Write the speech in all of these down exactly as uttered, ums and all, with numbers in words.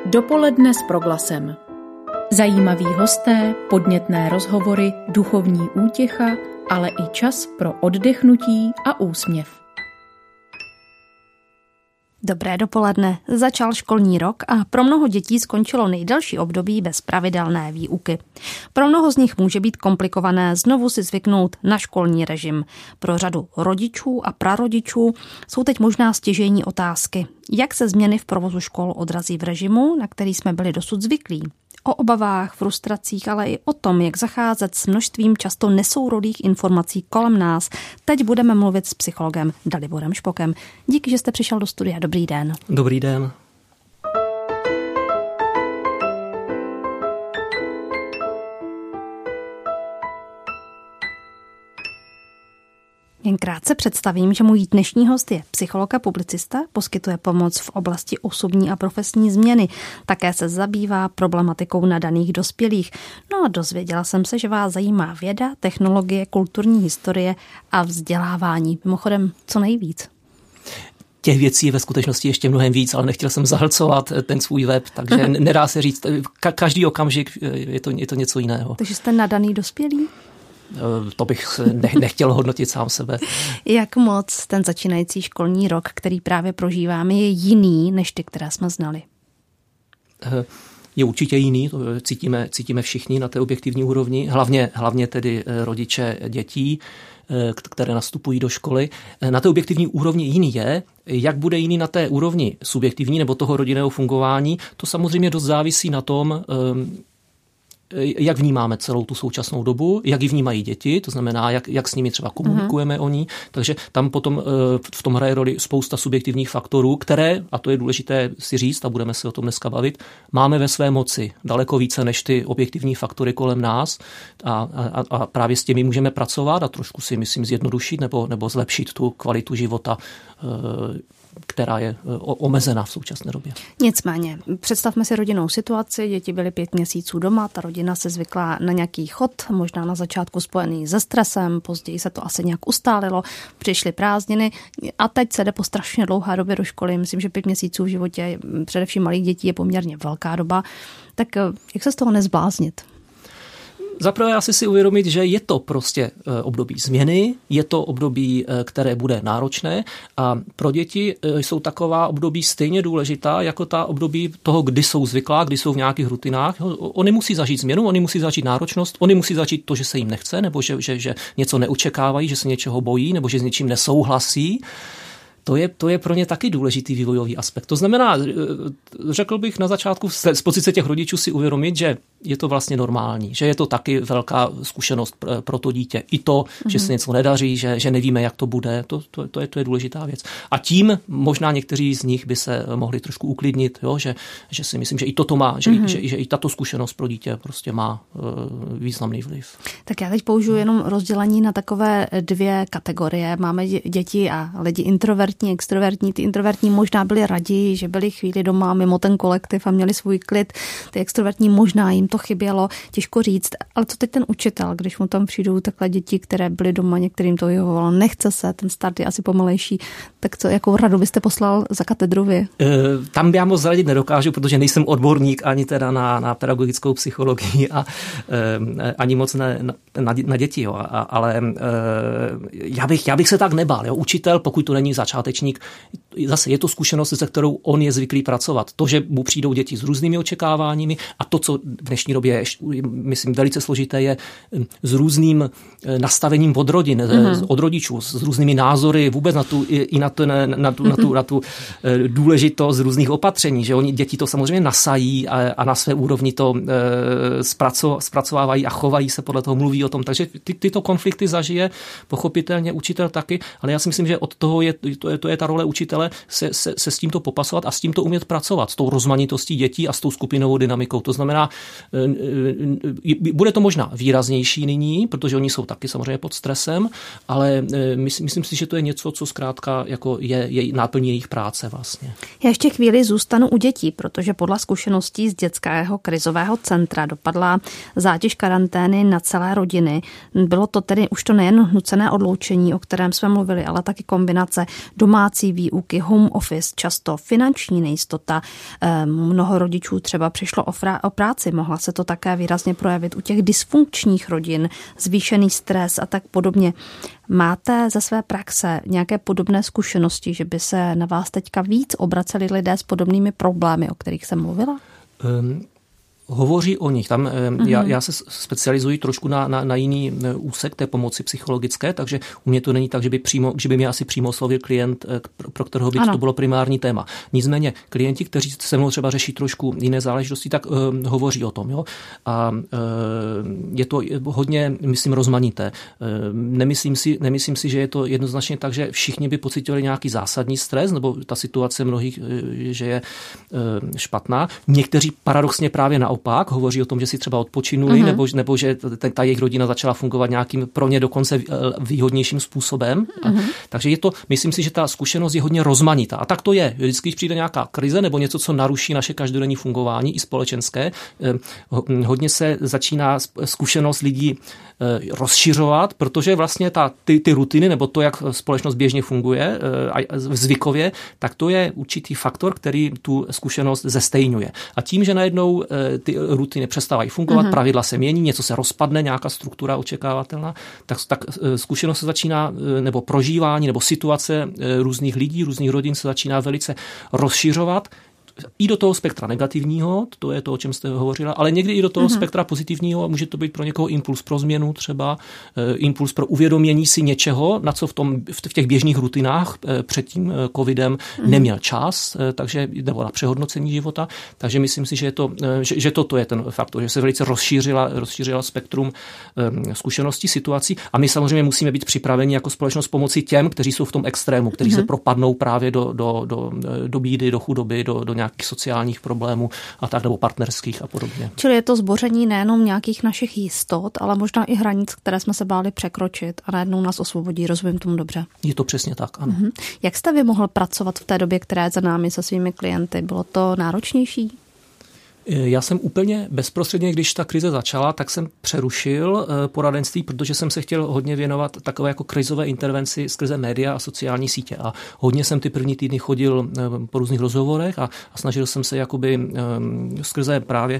Dopoledne s Proglasem. Zajímaví hosté, podnětné rozhovory, duchovní útěcha, ale i čas pro oddechnutí a úsměv. Dobré dopoledne. Začal školní rok a pro mnoho dětí skončilo nejdelší období bez pravidelné výuky. Pro mnoho z nich může být komplikované znovu si zvyknout na školní režim. Pro řadu rodičů a prarodičů jsou teď možná stěžejní otázky. Jak se změny v provozu škol odrazí v režimu, na který jsme byli dosud zvyklí? O obavách, frustracích, ale i o tom, jak zacházet s množstvím často nesourodých informací kolem nás. Teď budeme mluvit s psychologem Daliborem Špokem. Díky, že jste přišel do studia. Dobrý den. Dobrý den. Jen krátce představím, že můj dnešní host je psycholog a publicista, poskytuje pomoc v oblasti osobní a profesní změny. Také se zabývá problematikou nadaných dospělých. No a dozvěděla jsem se, že vás zajímá věda, technologie, kulturní historie a vzdělávání. Mimochodem, co nejvíc? Těch věcí je ve skutečnosti ještě mnohem víc, ale nechtěl jsem zahlcovat ten svůj web, takže nedá se říct, ka- každý okamžik je to, je to něco jiného. Takže jste nadaný dospělý? To bych nechtěl hodnotit sám sebe. Jak moc ten začínající školní rok, který právě prožíváme, je jiný než ty, které jsme znali? Je určitě jiný, to cítíme, cítíme všichni na té objektivní úrovni, hlavně, hlavně tedy rodiče dětí, které nastupují do školy. Na té objektivní úrovni jiný je. Jak bude jiný na té úrovni subjektivní nebo toho rodinného fungování, to samozřejmě dost závisí na tom, jak vnímáme celou tu současnou dobu, jak ji vnímají děti, to znamená, jak, jak s nimi třeba komunikujeme mm. o ní. Takže tam potom v tom hraje roli spousta subjektivních faktorů, které, a to je důležité si říct, a budeme se o tom dneska bavit, máme ve své moci daleko více než ty objektivní faktory kolem nás a, a, a právě s těmi můžeme pracovat a trošku si, myslím, zjednodušit nebo, nebo zlepšit tu kvalitu života, která je omezená v současné době. Nicméně, představme si rodinnou situaci, děti byly pět měsíců doma, ta rodina se zvykla na nějaký chod, možná na začátku spojený se stresem, později se to asi nějak ustálilo, přišly prázdniny a teď se jde po strašně dlouhé době do školy. Myslím, že pět měsíců v životě především malých dětí je poměrně velká doba. Tak jak se z toho nezbláznit? Zaprvé asi si uvědomit, že je to prostě období změny, je to období, které bude náročné a pro děti jsou taková období stejně důležitá jako ta období toho, kdy jsou zvyklá, kdy jsou v nějakých rutinách. Oni musí zažít změnu, oni musí zažít náročnost, oni musí zažít to, že se jim nechce, nebo že, že, že něco neočekávají, že se něčeho bojí, nebo že s něčím nesouhlasí. To je, to je pro ně taky důležitý vývojový aspekt. To znamená, řekl bych na začátku z pozice těch rodičů si uvědomit, že je to vlastně normální, že je to taky velká zkušenost pro to dítě. I to, mm-hmm. že se něco nedaří, že, že nevíme, jak to bude, to, to, to, je, to je důležitá věc. A tím možná někteří z nich by se mohli trošku uklidnit, jo? Že, že si myslím, že i toto má, že, mm-hmm. že, že i tato zkušenost pro dítě prostě má uh, významný vliv. Tak já teď použiju jenom rozdělení na takové dvě kategorie. Máme děti a lidi introvertní, extrovertní. Ty introvertní možná byli raději, že byli chvíli doma mimo ten kolektiv a měli svůj klid. Ty extrovertní možná jim to chybělo, těžko říct. Ale co teď ten učitel, když mu tam přijdou takhle děti, které byly doma, některým to vyhovovalo, nechce se, ten start je asi pomalejší, tak co, jakou radu byste poslal za katedru vy? E, tam já moc radit nedokážu, protože nejsem odborník ani teda na, na pedagogickou psychologii a e, ani moc ne, na, na děti, jo. A, ale e, já, bych, já bych se tak nebál. Jo. Učitel, pokud to není začátečník, zase je to zkušenost, se kterou on je zvyklý pracovat. To, že mu přijdou děti s různými očekáváními a to, co v dnešní době je, myslím, velice složité, je s různým nastavením od rodin, mm-hmm. od rodičů, s různými názory vůbec na tu, i na tu, na tu, na tu, na tu důležitost různých opatření, že oni děti to samozřejmě nasají a, a na své úrovni to e, zpraco, zpracovávají a chovají se podle toho, mluví o tom. Takže ty, tyto konflikty zažije pochopitelně učitel taky, ale já si myslím, že od toho je, to je, to je ta role učitele se, se, se s tímto popasovat a s tímto umět pracovat, s tou rozmanitostí dětí a s tou skupinovou dynamikou. To znamená, bude to možná výraznější nyní, protože oni jsou taky samozřejmě pod stresem, ale myslím, myslím si, že to je něco, co zkrátka jako je, je náplní jejich práce vlastně. Já ještě chvíli zůstanu u dětí, protože podle zkušeností z dětského krizového centra dopadla zátěž karantény na celé rodiny. Bylo to tedy už to nejen nucené odloučení, o kterém jsme mluvili, ale taky kombinace domácí výuky, home office, často finanční nejistota. Mnoho rodičů třeba přišlo o, fra- o práci, mohla se to také výrazně projevit u těch dysfunkčních rodin, zvýšený stres a tak podobně. Máte ze své praxe nějaké podobné zkušenosti, že by se na vás teďka víc obraceli lidé s podobnými problémy, o kterých jsem mluvila? Um. Hovoří o nich. Tam uh-huh. já, já se specializuji trošku na, na, na jiný úsek té pomoci psychologické, takže u mě to není tak, že by, přímo, že by mě asi přímo oslovil klient, pro kterého by ano. to bylo primární téma. Nicméně klienti, kteří se mnou třeba řeší trošku jiné záležitosti, tak uh, hovoří o tom. Jo? A uh, je to hodně, myslím, rozmanité. Uh, nemyslím si, nemyslím si, že je to jednoznačně tak, že všichni by pocitovali nějaký zásadní stres, nebo ta situace mnohých, že je uh, špatná. Někteří paradoxně právě naopak Opak, hovoří o tom, že si třeba odpočinuli, uh-huh. nebo, nebo že ta, ta jejich rodina začala fungovat nějakým pro ně dokonce výhodnějším způsobem. Uh-huh. A, takže je to, myslím si, že ta zkušenost je hodně rozmanitá. A tak to je. Vždycky, když přijde nějaká krize nebo něco, co naruší naše každodenní fungování i společenské, eh, hodně se začíná zkušenost lidí eh, rozšiřovat, protože vlastně ta, ty, ty rutiny nebo to, jak společnost běžně funguje eh, zvykově, tak to je určitý faktor, který tu zkušenost zestejňuje. A tím, že najednou eh, ty rutiny přestávají fungovat, uh-huh. pravidla se mění, něco se rozpadne, nějaká struktura očekávatelná, tak, tak zkušenost se začíná, nebo prožívání, nebo situace různých lidí, různých rodin se začíná velice rozšiřovat i do toho spektra negativního, to je to, o čem jste hovořila, ale někdy i do toho uh-huh. spektra pozitivního, může to být pro někoho impuls pro změnu třeba, impuls pro uvědomění si něčeho, na co v, tom, v těch běžných rutinách před tím covidem uh-huh. neměl čas, takže, nebo na přehodnocení života, takže myslím si, že, je to, že, že toto je ten faktor, že se velice rozšířila, rozšířila spektrum zkušeností, situací a my samozřejmě musíme být připraveni jako společnost pomoci těm, kteří jsou v tom extrému, kteří uh-huh. se propadnou právě do, do, do, do bídy, do chudoby, do, do nějakých sociálních problémů a tak, nebo partnerských a podobně. Čili je to zboření nejenom nějakých našich jistot, ale možná i hranic, které jsme se báli překročit a najednou nás osvobodí. Rozumím tomu dobře? Je to přesně tak, ano. Mhm. Jak jste vy mohl pracovat v té době, která je za námi se svými klienty? Bylo to náročnější? Já jsem úplně bezprostředně, když ta krize začala, tak jsem přerušil poradenství, protože jsem se chtěl hodně věnovat takové jako krizové intervenci skrze média a sociální sítě. A hodně jsem ty první týdny chodil po různých rozhovorech a, a snažil jsem se jakoby skrze právě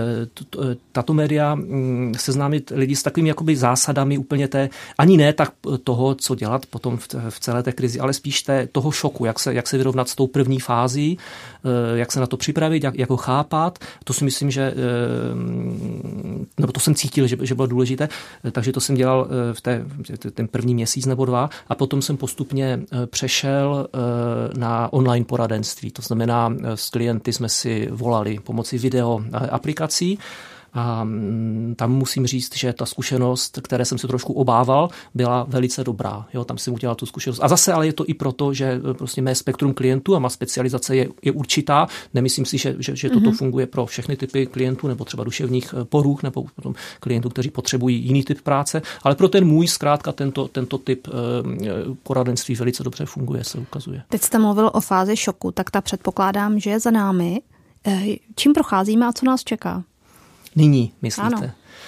tato média seznámit lidi s takovými jakoby zásadami úplně té, ani ne tak toho, co dělat potom v, v celé té krizi, ale spíš té, toho šoku, jak se, jak se vyrovnat s tou první fází, jak se na to připravit, jak, jak ho chápat. To si myslím, že, nebo to jsem cítil, že, že bylo důležité, takže to jsem dělal v té, ten první měsíc nebo dva a potom jsem postupně přešel na online poradenství. To znamená, s klienty jsme si volali pomocí video aplikací. A tam musím říct, že ta zkušenost, které jsem se trošku obával, byla velice dobrá. Jo, tam jsem udělal tu zkušenost. A zase ale je to i proto, že prostě mé spektrum klientů a má specializace je, je určitá. Nemyslím si, že, že, že toto mm-hmm. funguje pro všechny typy klientů nebo třeba duševních poruch nebo potom klientů, kteří potřebují jiný typ práce, ale pro ten můj zkrátka tento, tento typ poradenství velice dobře funguje, se ukazuje. Teď jste mluvil o fázi šoku, tak ta předpokládám, že je za námi. Čím procházíme a co nás čeká? Nyní, myslíte? Ano.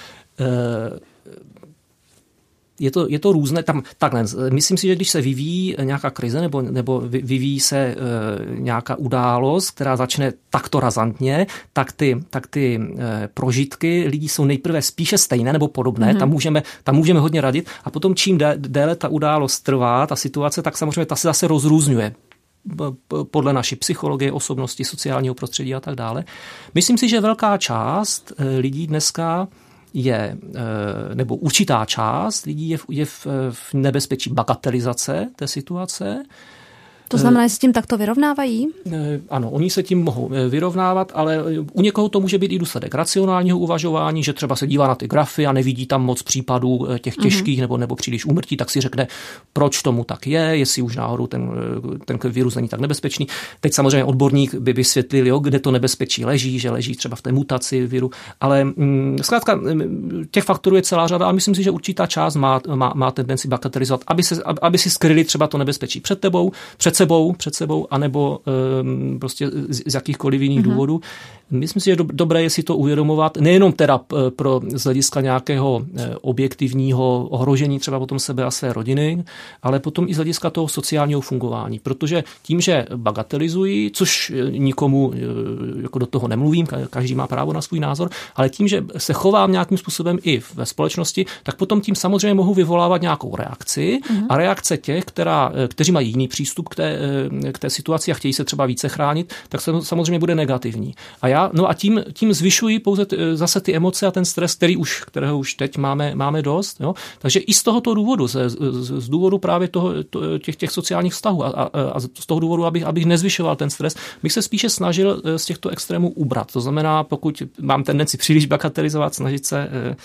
Je to, je to různé. Tam, takhle, myslím si, že když se vyvíjí nějaká krize nebo, nebo vyvíjí se nějaká událost, která začne takto razantně, tak ty, tak ty prožitky lidí jsou nejprve spíše stejné nebo podobné. Mm-hmm. Tam, můžeme, tam můžeme hodně radit. A potom čím déle ta událost trvá, ta situace, tak samozřejmě ta se zase rozrůzňuje podle naší psychologie, osobnosti, sociálního prostředí a tak dále. Myslím si, že velká část lidí dneska je, nebo určitá část lidí je v, je v, v nebezpečí bagatelizace té situace. To znamená, že s tím takto vyrovnávají? Ano, oni se tím mohou vyrovnávat, ale u někoho to může být i důsledek racionálního uvažování, že třeba se dívá na ty grafy a nevidí tam moc případů těch těžkých mm-hmm. nebo, nebo příliš úmrtí, tak si řekne, proč tomu tak je, jestli už náhodou ten, ten virus není tak nebezpečný. Teď samozřejmě odborník by vysvětlil, jo, kde to nebezpečí leží, že leží třeba v té mutaci viru, ale mm, zkrátka těch faktorů je celá řada a myslím si, že určitá část má, má, má tendenci bagatelizovat, aby, se, aby si skryli třeba to nebezpečí před tebou, před sebou, před sebou, anebo um, prostě z, z jakýchkoliv jiných mm-hmm. důvodů. Myslím si, že je dobré je si to uvědomovat, nejenom teda pro z hlediska nějakého objektivního ohrožení třeba potom sebe a své rodiny, ale potom i z hlediska toho sociálního fungování, protože tím, že bagatelizují, což nikomu jako do toho nemluvím, každý má právo na svůj názor, ale tím, že se chovám nějakým způsobem i ve společnosti, tak potom tím samozřejmě mohu vyvolávat nějakou reakci mm-hmm. a reakce těch, která, kteří mají jiný přístup k té, k té situaci a chtějí se třeba více chránit, tak se samozřejmě bude negativní. A já, no a tím, tím zvyšují pouze t, zase ty emoce a ten stres, který už, kterého už teď máme, máme dost. Jo? Takže i z tohoto důvodu, z, z, z důvodu právě toho, to, těch, těch sociálních vztahů a, a, a z toho důvodu, abych, abych nezvyšoval ten stres, bych se spíše snažil z těchto extrémů ubrat. To znamená, pokud mám tendenci příliš bagatelizovat, snažit se eh,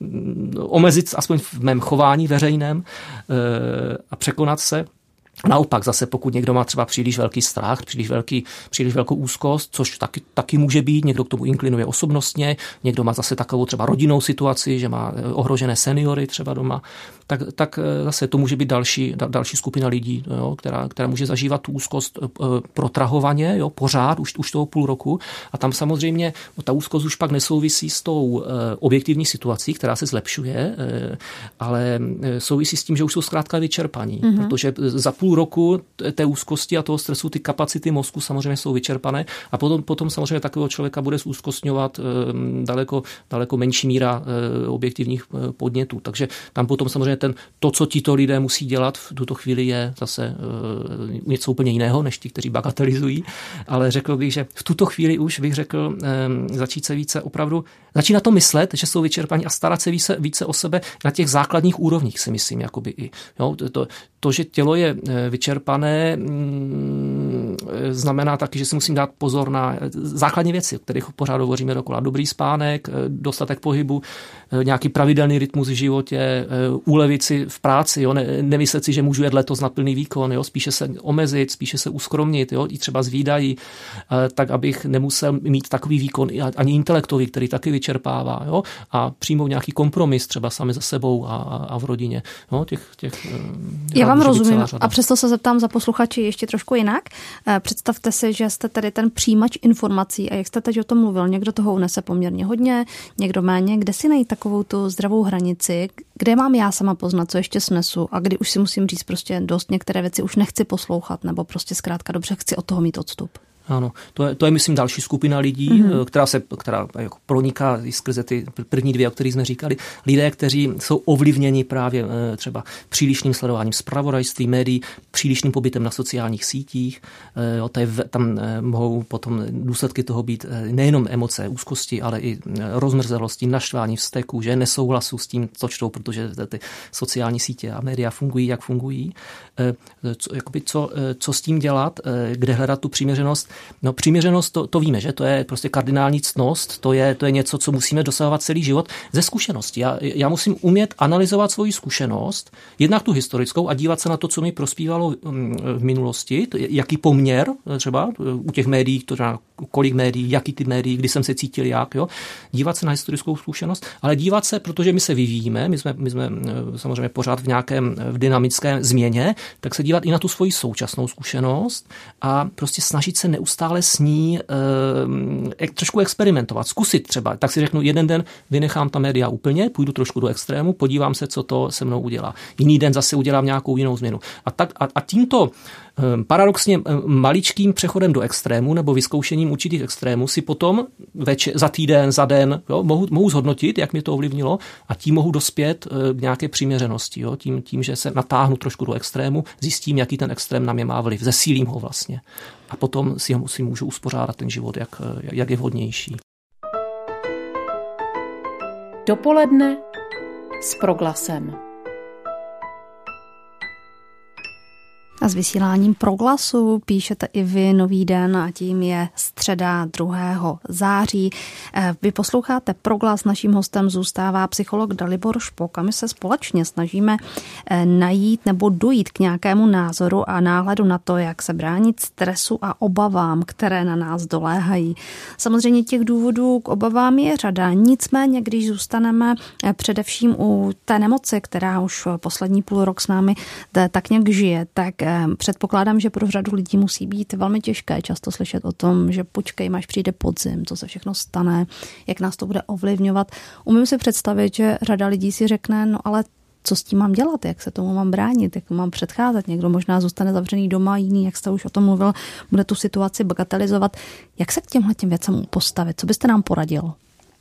omezit aspoň v mém chování veřejném eh, a překonat se. Naopak zase, pokud někdo má třeba příliš velký strach, příliš, velký, příliš velkou úzkost, což taky, taky může být, někdo k tomu inklinuje osobnostně, někdo má zase takovou třeba rodinnou situaci, že má ohrožené seniory třeba doma, tak, tak zase to může být další, další skupina lidí, jo, která, která může zažívat tu úzkost protrahovaně, jo, pořád, už, už toho půl roku. A tam samozřejmě ta úzkost už pak nesouvisí s tou objektivní situací, která se zlepšuje, ale souvisí s tím, že už jsou zkrátka vyčerpaní, mm-hmm. protože za půl roku té úzkosti a toho stresu ty kapacity mozku samozřejmě jsou vyčerpané a potom, potom samozřejmě takového člověka bude zúzkostňovat daleko, daleko menší míra objektivních podnětů. Takže tam potom samozřejmě ten, to, co tito lidé musí dělat v tuto chvíli, je zase něco úplně jiného, než ti, kteří bagatelizují. Ale řekl bych, že v tuto chvíli už bych řekl začít se více opravdu, začít na to myslet, že jsou vyčerpaní a starat se více, více o sebe na těch základních úrovních, si myslím, jakoby i. Jo, to, to, že tělo je vyčerpané, znamená taky, že si musím dát pozor na základní věci, o kterých pořád hovoříme dokola. Dobrý spánek, dostatek pohybu, nějaký pravidelný rytmus v životě, ulevit si v práci, jo? Ne, nemyslet si, že můžu jet letos na plný výkon, jo? Spíše se omezit, spíše se uskromnit, jo? I třeba z výdají, tak abych nemusel mít takový výkon ani intelektový, který taky vyčerpává, jo? A přijmout nějaký kompromis třeba sami za sebou a, a v rodině. Jo? Těch, těch, Já vám rozumím a přesto se zeptám za posluchači ještě trošku jinak. Představte si, že jste tady ten přijímač informací a jak jste teď o tom mluvil, někdo toho unese poměrně hodně, někdo méně. Kde si najít takovou tu zdravou hranici, kde mám já sama poznat, co ještě snesu a kdy už si musím říct prostě dost, některé věci už nechci poslouchat nebo prostě zkrátka dobře chci od toho mít odstup. Ano, to je, to je, myslím, další skupina lidí, mm-hmm. která se která jako proniká i skrze ty první dvě, o kterých jsme říkali. Lidé, kteří jsou ovlivněni právě třeba přílišným sledováním zpravodajství, médií, přílišným pobytem na sociálních sítích. Jo, to je, tam mohou potom důsledky toho být nejenom emoce, úzkosti, ale i rozmrzelosti, naštvání, vzteku, že nesouhlasu s tím, co čtou, protože ty sociální sítě a média fungují, jak fungují. Co, jakoby co, co s tím dělat, kde hledat tu přiměřenost. No, přiměřenost, to, to víme, že to je prostě kardinální ctnost, to je, to je něco, co musíme dosahovat celý život ze zkušenosti. Já, já musím umět analyzovat svoji zkušenost, jednak tu historickou a dívat se na to, co mi prospívalo v minulosti, jaký poměr třeba u těch médií, to znamená, kolik médií, jaký ty médií, kdy jsem se cítil jak, jo. Dívat se na historickou zkušenost, ale dívat se, protože my se vyvíjíme, my jsme, my jsme samozřejmě pořád v nějakém v dynamické změně, tak se dívat i na tu svoji současnou zkušenost a prostě snažit se neustále s ní e, trošku experimentovat, zkusit třeba. Tak si řeknu, jeden den vynechám ta média úplně, půjdu trošku do extrému, podívám se, co to se mnou udělá. Jiný den zase udělám nějakou jinou změnu. A, tak, a, a tímto paradoxně maličkým přechodem do extrému nebo vyzkoušením určitých extrémů si potom več- za týden, za den jo, mohu, mohu zhodnotit, jak mě to ovlivnilo a tím mohu dospět k nějaké přiměřenosti. Jo, tím, tím, že se natáhnu trošku do extrému, zjistím, jaký ten extrém na mě má vliv, zesílím ho vlastně. A potom si, ho, si můžu uspořádat ten život, jak, jak je vhodnější. Dopoledne s Proglasem. A s vysíláním Proglasu píšete i vy Nový den a tím je středa druhého září. Vy posloucháte Proglas, naším hostem zůstává psycholog Dalibor Špok a my se společně snažíme najít nebo dojít k nějakému názoru a náhledu na to, jak se bránit stresu a obavám, které na nás doléhají. Samozřejmě těch důvodů k obavám je řada, nicméně když zůstaneme především u té nemoci, která už poslední půl rok s námi tak nějak žije, tak předpokládám, že pro řadu lidí musí být velmi těžké často slyšet o tom, že počkej, máš přijde podzim, co se všechno stane, jak nás to bude ovlivňovat. Umím si představit, že řada lidí si řekne, no ale co s tím mám dělat, jak se tomu mám bránit, jak mám předcházet. Někdo možná zůstane zavřený doma, jiný, jak jste už o tom mluvil, bude tu situaci bagatelizovat. Jak se k těmhle těm věcem postavit? Co byste nám poradil?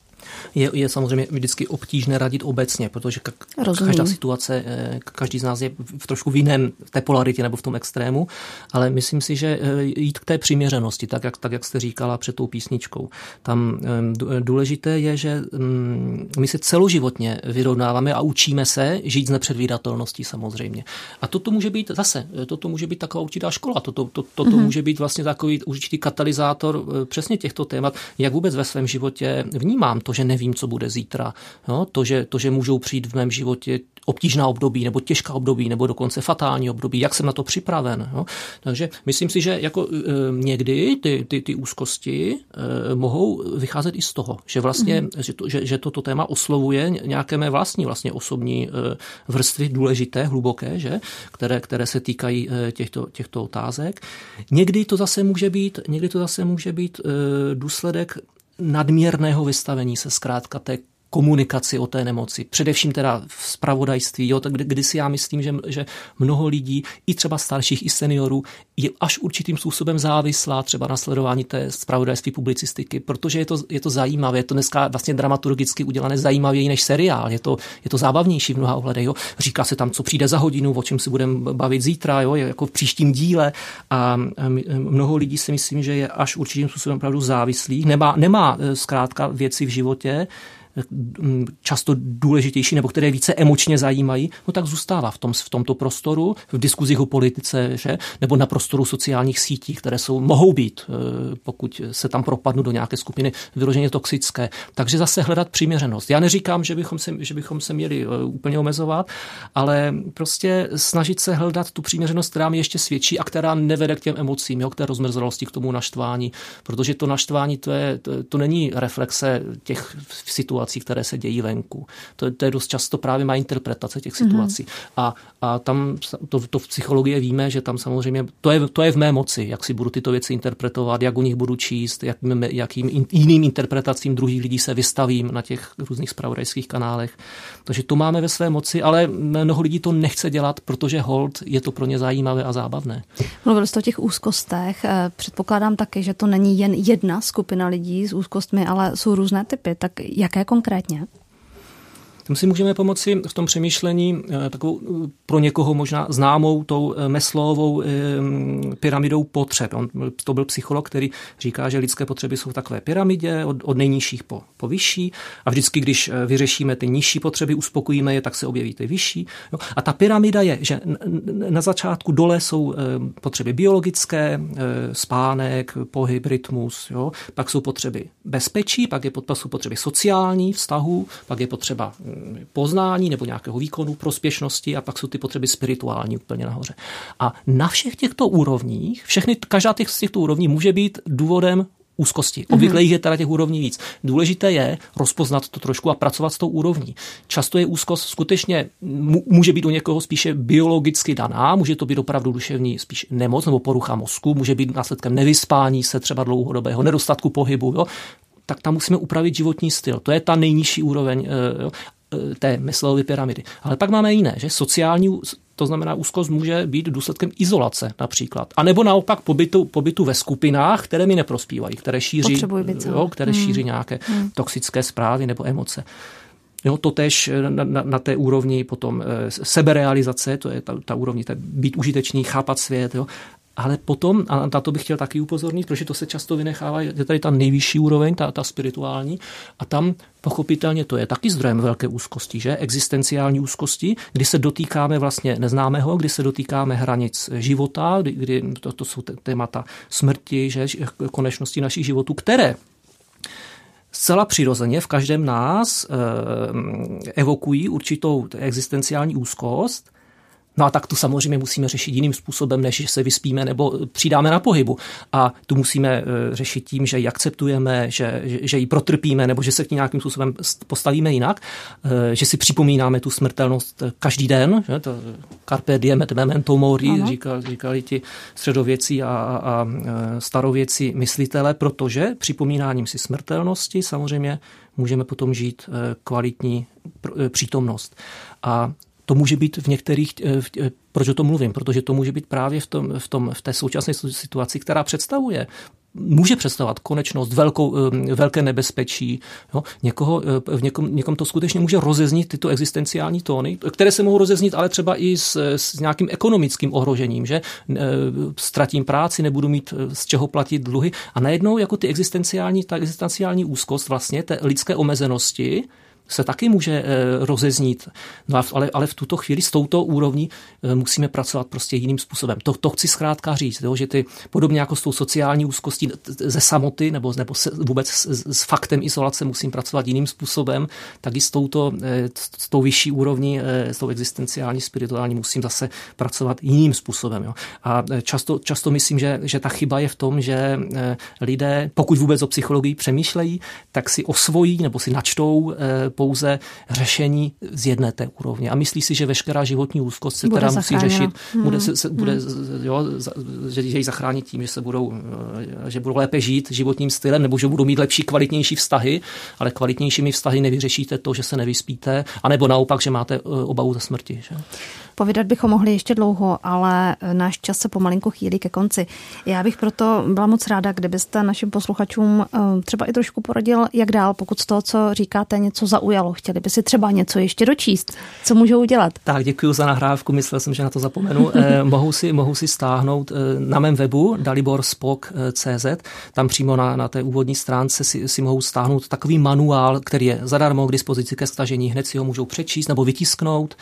Je, je samozřejmě vždycky obtížné radit obecně, protože ka- každá situace, každý z nás je v trošku v jiném té polaritě nebo v tom extrému, ale myslím si, že jít k té přiměřenosti, tak jak, tak jak jste říkala před tou písničkou. Tam důležité je, že my se celoživotně vyrovnáváme a učíme se žít s nepředvídatelností samozřejmě. A toto může být zase, toto může být taková určitá škola, toto, to, toto mm-hmm. může být vlastně takový určitý katalyzátor přesně těchto témat, jak vůbec ve svém životě vnímám to, že nevím, co bude zítra. No, to, že, to, že můžou přijít v mém životě obtížná období, nebo těžká období, nebo dokonce fatální období, jak jsem na to připraven. No. Takže myslím si, že jako e, někdy ty, ty, ty úzkosti e, mohou vycházet i z toho, že vlastně, mm. že, to, že, že toto téma oslovuje nějaké mé vlastní vlastně osobní e, vrstvy důležité, hluboké, že? Které, které se týkají e, těchto, těchto otázek. Někdy to zase může být, někdy to zase může být e, důsledek nadměrného vystavení se zkrátka té komunikaci o té nemoci. Především teda v zpravodajství, jo, tak kdy si já myslím, že, že mnoho lidí, i třeba starších, i seniorů, je až určitým způsobem závislá třeba na sledování té zpravodajství publicistiky, protože je to, je to zajímavé, je to dneska vlastně dramaturgicky udělané zajímavěji než seriál, je to, je to zábavnější v mnoha ohledech. Jo. Říká se tam, co přijde za hodinu, o čem si budeme bavit zítra, jo, jako v příštím díle a mnoho lidí si myslím, že je až určitým způsobem opravdu závislých, nemá, nemá zkrátka věci v životě, často důležitější, nebo které více emočně zajímají, no tak zůstává v, tom, v tomto prostoru, v diskuzích o politice, že? Nebo na prostoru sociálních sítí, které jsou, mohou být, pokud se tam propadnou do nějaké skupiny, vyloženě toxické. Takže zase hledat přiměřenost. Já neříkám, že bychom se, že bychom se měli úplně omezovat, ale prostě snažit se hledat tu přiměřenost, která mi ještě svědčí a která nevede k těm emocím, jo? K té rozmrzlosti, k tomu naštvání, protože to naštvání to, je, to, to není reflexe těch situací, které se dějí venku. To, to je dost často právě má interpretace těch situací. Mm-hmm. A, a tam to, to v psychologii víme, že tam samozřejmě to je, to je v mé moci, jak si budu tyto věci interpretovat, jak o nich budu číst, jak, jakým in, jiným interpretacím druhých lidí se vystavím na těch různých zpravodajských kanálech. Takže to máme ve své moci, ale mnoho lidí to nechce dělat, protože hold je to pro ně zajímavé a zábavné. Mluvil jste o těch úzkostech. Předpokládám taky, že to není jen jedna skupina lidí s úzkostmi, ale jsou různé typy. Tak jaké konkrétně? Tam si můžeme pomoci v tom přemýšlení takovou pro někoho možná známou tou Maslowovou pyramidou potřeb. On to byl psycholog, který říká, že lidské potřeby jsou v takové pyramidě od, od nejnižších po, po vyšší a vždycky, když vyřešíme ty nižší potřeby, uspokojíme je, tak se objeví ty vyšší. Jo? A ta pyramida je, že na začátku dole jsou potřeby biologické, spánek, pohyb, rytmus, jo? Pak jsou potřeby bezpečí, pak, je, pak jsou potřeby sociální, vztahu, pak je potřeba poznání nebo nějakého výkonu, prospěšnosti a pak jsou ty potřeby spirituální úplně nahoře. A na všech těchto úrovních, všechny, každá těch, z těchto úrovní může být důvodem úzkosti. Obvykle jich je teda těch úrovní víc. Důležité je rozpoznat to trošku a pracovat s tou úrovní. Často je úzkost skutečně, může být u někoho spíše biologicky daná, může to být opravdu duševní spíš nemoc nebo porucha mozku, může být následkem nevyspání se třeba dlouhodobého, nedostatku pohybu, jo. Tak tam musíme upravit životní styl. To je ta nejnižší úroveň jo, té Maslowovy pyramidy. Ale pak máme jiné, že sociální, to znamená úzkost může být důsledkem izolace například. A nebo naopak pobytu, pobytu ve skupinách, které mi neprospívají, které šíří, jo, které hmm. šíří nějaké hmm. toxické zprávy nebo emoce. Jo, totéž na, na, na té úrovni potom e, seberealizace, to je ta, ta úrovni, ta být užitečný, chápat svět, jo. ale potom, a na to bych chtěl taky upozornit, protože to se často vynechává, je tady ta nejvyšší úroveň, ta, ta spirituální, a tam pochopitelně to je taky zdrojem velké úzkosti, že? Existenciální úzkosti, kdy se dotýkáme vlastně neznámého, kdy se dotýkáme hranic života, kdy, kdy to, to jsou témata smrti, že? Konečnosti našich životů, které zcela přirozeně v každém nás eh, evokují určitou existenciální úzkost. No a tak tu samozřejmě musíme řešit jiným způsobem, než že se vyspíme nebo přidáme na pohybu. A tu musíme řešit tím, že ji akceptujeme, že, že ji protrpíme nebo že se k ní nějakým způsobem postavíme jinak, že si připomínáme tu smrtelnost každý den. Že? To carpe diem et memento mori, říkali, říkali ti středověcí a, a starověcí myslitele, protože připomínáním si smrtelnosti samozřejmě můžeme potom žít kvalitní přítomnost. A to může být v některých, proč o tom mluvím, protože to může být právě v, tom, v, tom, v té současné situaci, která představuje, může představovat konečnost, velkou, velké nebezpečí. Jo? Někoho, v někom, někom to skutečně může rozeznit tyto existenciální tóny, které se mohou rozeznit ale třeba i s, s nějakým ekonomickým ohrožením, že ztratím práci, nebudu mít z čeho platit dluhy a najednou jako ty existenciální, ta existenciální úzkost vlastně té lidské omezenosti se taky může rozeznít. No ale, ale v tuto chvíli s touto úrovní musíme pracovat prostě jiným způsobem. To, to chci zkrátka říct, jo, že ty podobně jako s tou sociální úzkostí ze samoty nebo, nebo se, vůbec s, s faktem izolace musím pracovat jiným způsobem, tak i s touto, s tou vyšší úrovní, s tou existenciální, spirituální musím zase pracovat jiným způsobem. Jo. A často, často myslím, že, že ta chyba je v tom, že lidé, pokud vůbec o psychologii přemýšlejí, tak si osvojí nebo si načtou pouze řešení z jedné té úrovně. A myslí si, že veškerá životní úzkost se bude teda musí řešit, hmm. bude, se, se, bude, hmm. jo, že, že ji zachrání tím, že se budou, že budou lépe žít životním stylem, nebo že budou mít lepší, kvalitnější vztahy, ale kvalitnějšími vztahy nevyřešíte to, že se nevyspíte, anebo naopak, že máte obavu ze smrti. Že? Povídat bychom mohli ještě dlouho, ale náš čas se pomalinku chýlí ke konci. Já bych proto byla moc ráda, kdybyste našim posluchačům třeba i trošku poradil, jak dál, pokud z toho, co říkáte, něco zaujalo. Chtěli by si třeba něco ještě dočíst. Co můžou udělat? Tak, děkuji za nahrávku, myslel jsem, že na to zapomenu. eh, mohou, si, mohou si stáhnout eh, na mém webu dalibor spok tečka cé zet. Tam přímo na, na té úvodní stránce si, si mohou stáhnout takový manuál, který je zadarmo k dispozici ke stažení. Hned si ho můžou přečíst nebo vytisknout,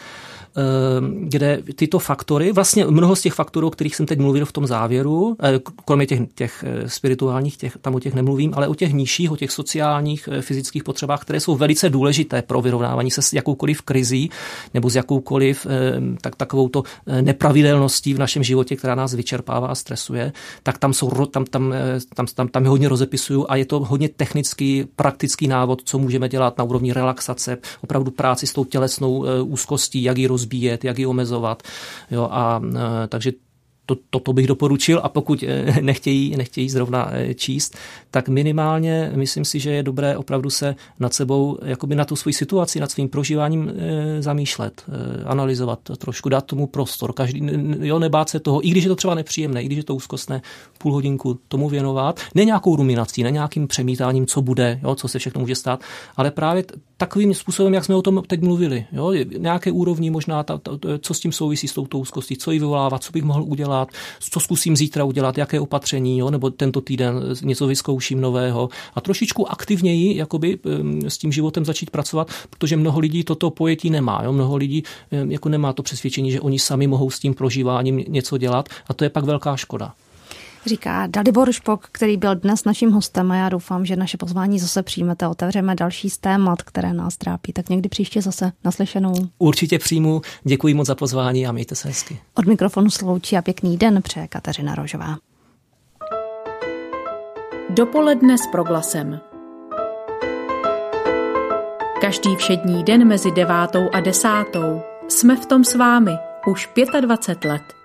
kde tyto faktory, vlastně mnoho z těch faktorů, o kterých jsem teď mluvil v tom závěru, kromě těch, těch spirituálních, těch, tam o těch nemluvím, ale o těch nižších, o těch sociálních, fyzických potřebách, které jsou velice důležité pro vyrovnávání se s jakoukoliv krizí nebo s jakoukoliv tak, takovouto nepravidelností v našem životě, která nás vyčerpává a stresuje, tak tam, jsou, tam, tam, tam, tam, tam je hodně rozepisuju a je to hodně technický, praktický návod, co můžeme dělat na úrovni relaxace, opravdu práci s tou tělesnou úzkostí, jak ji rozbíjet, jak ji omezovat. Jo, a takže to, toto bych doporučil a pokud nechtějí, nechtějí zrovna číst, tak minimálně myslím si, že je dobré opravdu se nad sebou, jakoby na tu svoji situaci, nad svým prožíváním zamýšlet, analyzovat, trošku dát tomu prostor. Každý, jo, nebát se toho, i když je to třeba nepříjemné, i když je to úzkostné, půl hodinku tomu věnovat, ne nějakou ruminací, ne nějakým přemítáním, co bude, jo, co se všechno může stát, ale právě takovým způsobem, jak jsme o tom teď mluvili. Jo, nějaké úrovni možná, ta, ta, co s tím souvisí s touto úzkostí, co ji vyvolává, co bych mohl udělat, co zkusím zítra udělat, jaké opatření, jo, nebo tento týden něco vyzkouším nového a trošičku aktivněji jakoby, s tím životem začít pracovat, protože mnoho lidí toto pojetí nemá. Jo, mnoho lidí jako nemá to přesvědčení, že oni sami mohou s tím prožíváním něco dělat a to je pak velká škoda. Říká Dalibor Špok, který byl dnes naším hostem a já doufám, že naše pozvání zase přijmete. Otevřeme další z témat, které nás trápí. Tak někdy příště zase naslyšenou. Určitě přijmu. Děkuji moc za pozvání a mějte se hezky. Od mikrofonu sloučí a pěkný den přeje Kateřina Rožová. Dopoledne s Proglasem. Každý všední den mezi devátou a desátou jsme v tom s vámi už dvacet pět let.